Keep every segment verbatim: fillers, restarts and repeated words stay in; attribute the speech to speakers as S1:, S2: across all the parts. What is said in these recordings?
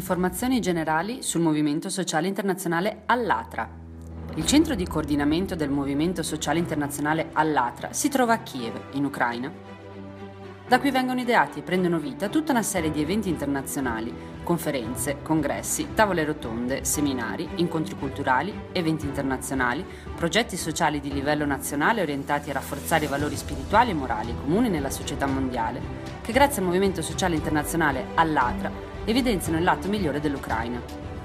S1: informazioni generali sul Movimento Sociale Internazionale Allatra. Il centro di coordinamento del Movimento Sociale Internazionale Allatra si trova a Kiev, in Ucraina. Da qui vengono ideati e prendono vita tutta una serie di eventi internazionali, conferenze, congressi, tavole rotonde, seminari, incontri culturali, eventi internazionali, progetti sociali di livello nazionale orientati a rafforzare i valori spirituali e morali comuni nella società mondiale, che grazie al Movimento Sociale Internazionale Allatra evidenziano il lato migliore dell'Ucraina.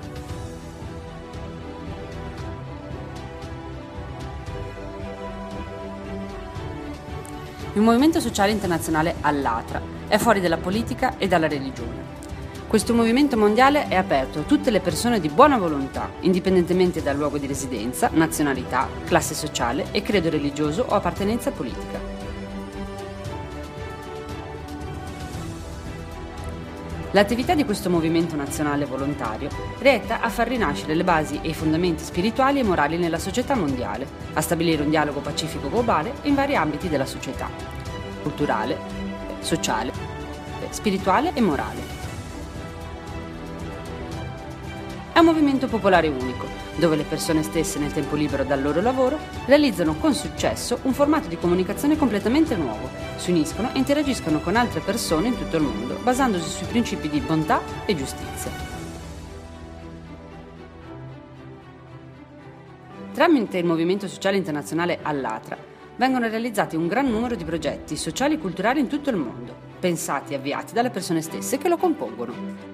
S1: Il Movimento Sociale Internazionale Allatra è fuori dalla politica e dalla religione. Questo movimento mondiale è aperto a tutte le persone di buona volontà, indipendentemente dal luogo di residenza, nazionalità, classe sociale e credo religioso o appartenenza politica. L'attività di questo movimento nazionale volontario è retta a far rinascere le basi e i fondamenti spirituali e morali nella società mondiale, a stabilire un dialogo pacifico globale in vari ambiti della società, culturale, sociale, spirituale e morale. È un movimento popolare unico, dove le persone stesse nel tempo libero dal loro lavoro realizzano con successo un formato di comunicazione completamente nuovo, si uniscono e interagiscono con altre persone in tutto il mondo, basandosi sui principi di bontà e giustizia. Tramite il Movimento Sociale Internazionale Allatra vengono realizzati un gran numero di progetti sociali e culturali in tutto il mondo, pensati e avviati dalle persone stesse che lo compongono.